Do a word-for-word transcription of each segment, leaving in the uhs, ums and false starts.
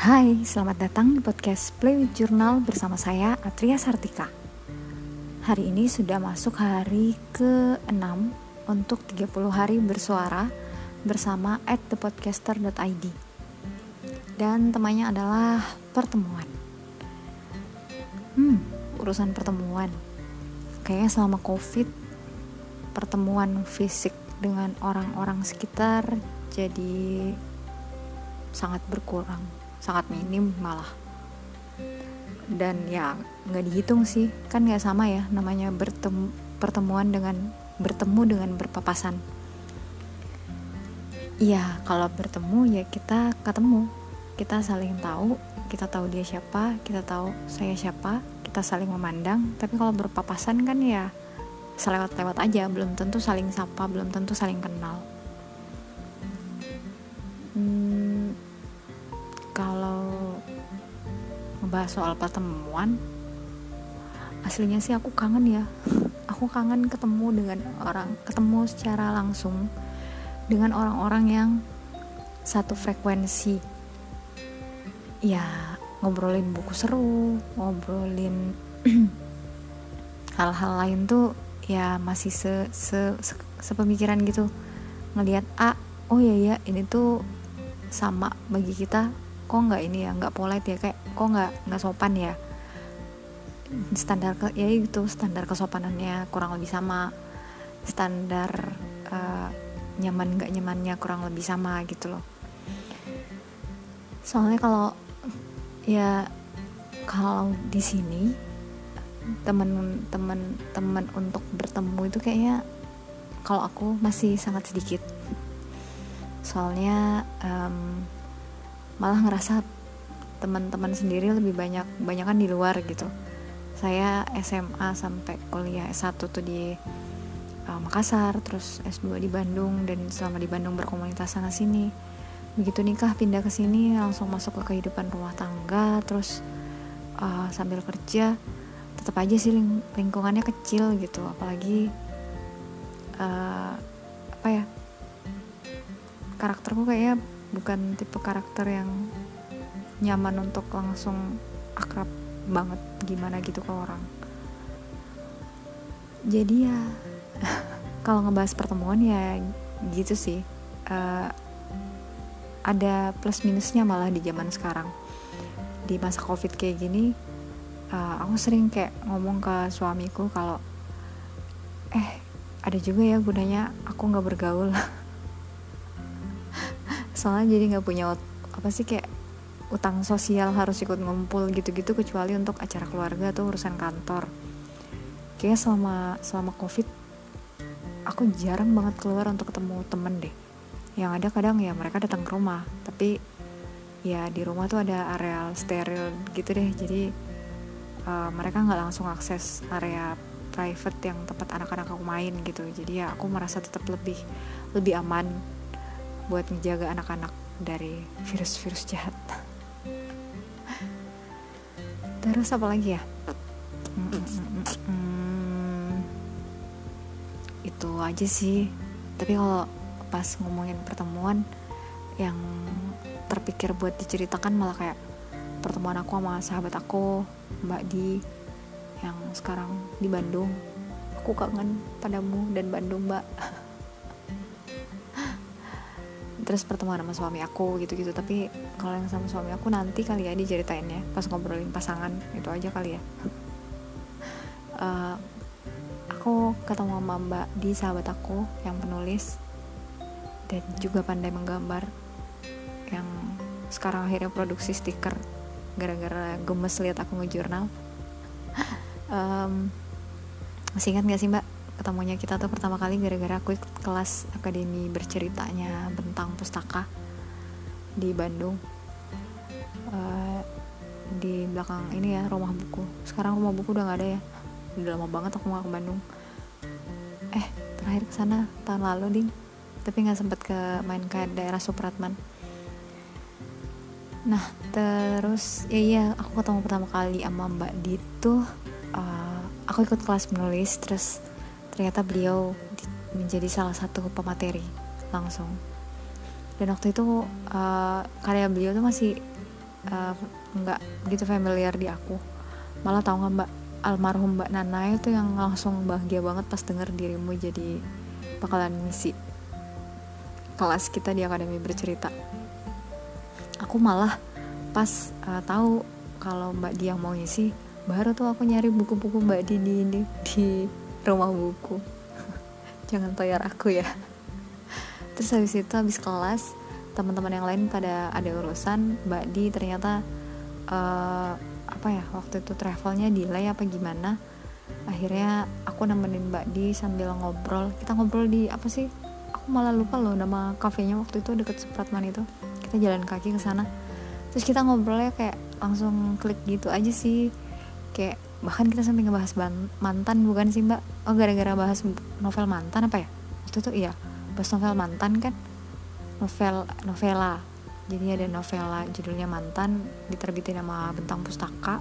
Hai, selamat datang di podcast Play with Journal bersama saya Atria Sartika. Hari ini sudah masuk hari ke enam untuk tiga puluh hari bersuara bersama at the podcaster dot i d. Dan temanya adalah pertemuan. Hmm, urusan pertemuan. Kayaknya selama Covid, pertemuan fisik dengan orang-orang sekitar jadi sangat berkurang. Sangat minim malah. Dan ya nggak dihitung sih, kan nggak sama ya namanya bertemu, pertemuan dengan bertemu dengan berpapasan. Iya, kalau bertemu ya kita ketemu, kita saling tahu, kita tahu dia siapa, kita tahu saya siapa, kita saling memandang. Tapi kalau berpapasan kan ya selewat-lewat aja, belum tentu saling sapa, belum tentu saling kenal. Hmm, Kalau ngebahas soal pertemuan, aslinya sih aku kangen ya. Aku kangen ketemu dengan orang, ketemu secara langsung dengan orang-orang yang satu frekuensi. Ya, ngobrolin buku seru, ngobrolin hal-hal lain tuh ya masih se, se, se sepemikiran gitu. Ngelihat A, oh ya ya, ini tuh sama bagi kita. Kok nggak ini ya, nggak polite ya, kayak kok nggak nggak sopan ya, standar ke, ya itu standar kesopanannya kurang lebih sama, standar uh, nyaman nggak nyamannya kurang lebih sama gitu loh. Soalnya kalau ya kalau di sini teman-teman teman untuk bertemu itu kayaknya kalau aku masih sangat sedikit. Soalnya um, malah ngerasa teman-teman sendiri lebih banyak banyakan di luar gitu. Saya S M A sampai kuliah S satu tuh di uh, Makassar, terus S dua di Bandung, dan selama di Bandung berkomunitas sana sini. Begitu nikah pindah ke sini langsung masuk ke kehidupan rumah tangga, terus uh, sambil kerja tetap aja sih ling- lingkungannya kecil gitu, apalagi uh, apa ya, karakterku kayaknya bukan tipe karakter yang nyaman untuk langsung akrab banget gimana gitu ke orang. Jadi ya kalau ngebahas pertemuan ya gitu sih, uh, ada plus minusnya malah di zaman sekarang. Di masa Covid kayak gini, uh, aku sering kayak ngomong ke suamiku kalau eh ada juga ya gunanya aku nggak bergaul. Soalnya jadi nggak punya apa sih kayak utang sosial harus ikut ngumpul gitu-gitu, kecuali untuk acara keluarga atau urusan kantor. Kayaknya selama selama Covid aku jarang banget keluar untuk ketemu temen deh. Yang ada kadang ya mereka datang ke rumah, tapi ya di rumah tuh ada area steril gitu deh, jadi uh, mereka nggak langsung akses area private yang tempat anak-anak aku main gitu. Jadi ya aku merasa tetap lebih lebih aman buat ngejaga anak-anak dari virus-virus jahat. Terus apa lagi ya? Hmm, itu aja sih. Tapi kalau pas ngomongin pertemuan, yang terpikir buat diceritakan malah kayak pertemuan aku sama sahabat aku, Mbak Di, yang sekarang di Bandung. Aku kangen padamu dan Bandung, Mbak. Terus pertemuan sama suami aku gitu-gitu. Tapi kalau yang sama suami aku nanti kali ya diceritainnya pas ngobrolin pasangan, itu aja kali ya. uh, aku ketemu sama Mbak Di, sahabat aku yang penulis dan juga pandai menggambar, yang sekarang akhirnya produksi stiker gara-gara gemes lihat aku ngejurnal. um, masih ingat gak sih Mbak, ketemunya kita tuh pertama kali gara-gara aku ikut kelas akademi berceritanya Bentang Pustaka di Bandung, uh, di belakang ini ya, rumah buku. Sekarang rumah buku udah nggak ada ya, udah lama banget aku nggak ke Bandung. Eh terakhir kesana tahun lalu ding, tapi nggak sempet ke main ke daerah Supratman. Nah terus ya iya aku ketemu pertama kali sama Mbak Dito. Uh, aku ikut kelas menulis, terus ternyata beliau menjadi salah satu pemateri langsung. Dan waktu itu uh, karya beliau tuh masih uh, nggak begitu familiar di aku. Malah tahu nggak Mbak, almarhum Mbak Nana itu yang langsung bahagia banget pas denger dirimu jadi bakalan ngisi kelas kita di Akademi Bercerita. Aku malah pas uh, tahu kalau Mbak Di yang mau ngisi, baru tuh aku nyari buku-buku Mbak Di di, di, di rumah buku. Jangan toyor aku ya. Terus habis itu habis kelas, teman-teman yang lain pada ada urusan, Mbak Di ternyata uh, apa ya, waktu itu travelnya delay apa gimana. Akhirnya aku nemenin Mbak Di sambil ngobrol. Kita ngobrol di apa sih? Aku malah lupa loh nama kafenya waktu itu, deket Supratman itu. Kita jalan kaki ke sana. Terus kita ngobrolnya kayak langsung klik gitu aja sih. Kayak bahkan kita sampai ngebahas ban- mantan bukan sih Mbak? Oh, gara-gara bahas novel mantan apa ya? Waktu itu iya, bahas novel mantan kan. Novel novela. Jadi ada novela judulnya Mantan, diterbitin sama Bentang Pustaka.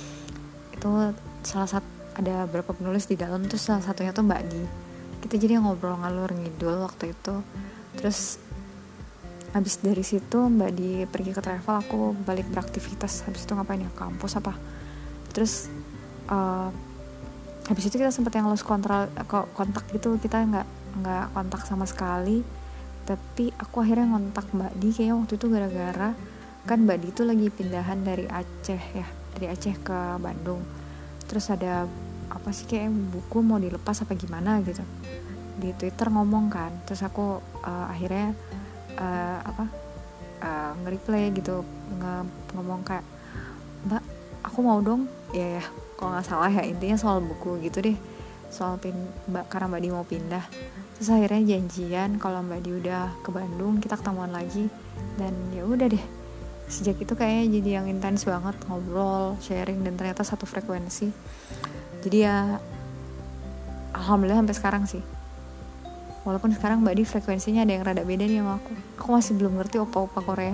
Itu salah satu, ada beberapa penulis di dalam, terus salah satunya tuh Mbak Di. Kita jadi ngobrol ngalur ngidul waktu itu. Terus habis dari situ Mbak Di pergi ke travel, aku balik beraktivitas. Habis itu ngapain ya, kampus apa. Terus uh, habis itu kita sempat yang lost kontak, kontak gitu. Kita nggak nggak kontak sama sekali. Tapi aku akhirnya ngontak Mbak Di kayaknya waktu itu gara-gara kan Mbak Di itu lagi pindahan dari Aceh ya, dari Aceh ke Bandung. Terus ada apa sih, kayak buku mau dilepas apa gimana gitu di Twitter ngomong kan. Terus aku uh, akhirnya uh, apa uh, nge-reply gitu, nge- ngomong kayak, Mbak aku mau dong ya ya kalau nggak salah ya, intinya soal buku gitu deh, soal pin Mbak, karena Mbak Di mau pindah. Terus akhirnya janjian kalau Mbak Di udah ke Bandung kita ketemuan lagi. Dan ya udah deh, sejak itu kayaknya jadi yang intens banget, ngobrol, sharing, dan ternyata satu frekuensi. Jadi ya alhamdulillah sampai sekarang sih. Walaupun sekarang Mbak Di frekuensinya ada yang rada beda nih sama aku. Aku masih belum ngerti opa-opa Korea.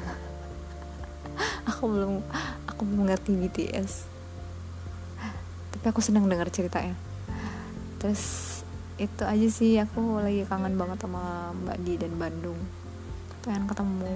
aku belum aku belum ngerti B T S. Tapi aku senang dengar ceritanya. Terus itu aja sih, aku lagi kangen banget sama Mbak Di dan Bandung. Pengen ketemu.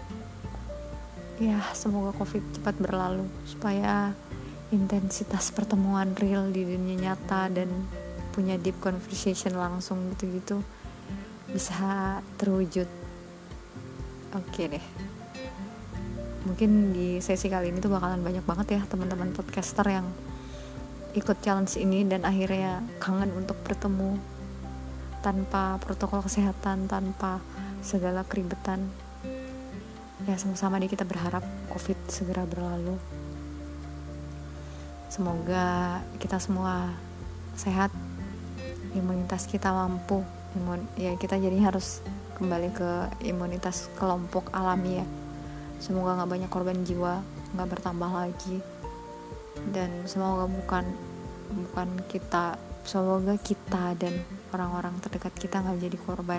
Ya semoga Covid cepat berlalu supaya intensitas pertemuan real di dunia nyata dan punya deep conversation langsung gitu-gitu bisa terwujud. Oke deh, mungkin di sesi kali ini tuh bakalan banyak banget ya teman-teman podcaster yang ikut challenge ini dan akhirnya kangen untuk bertemu tanpa protokol kesehatan, tanpa segala keribetan. Ya sama-sama deh kita berharap Covid segera berlalu. Semoga kita semua sehat, imunitas kita mampu, imun, ya kita jadi harus kembali ke imunitas kelompok alami ya. Semoga nggak banyak korban jiwa, nggak bertambah lagi, dan semoga bukan bukan kita, semoga kita dan orang-orang terdekat kita nggak jadi korban.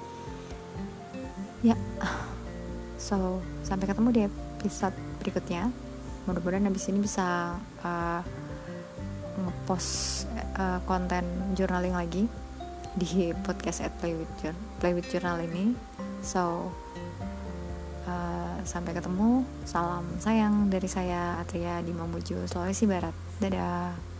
Ya, so sampai ketemu di episode berikutnya. Mudah-mudahan abis ini bisa uh, ngepost uh, konten journaling lagi di podcast at Play with, Jour- Play with Journal ini. So uh, sampai ketemu. Salam sayang dari saya, Atria di Mamuju, Sulawesi Barat. Dadah.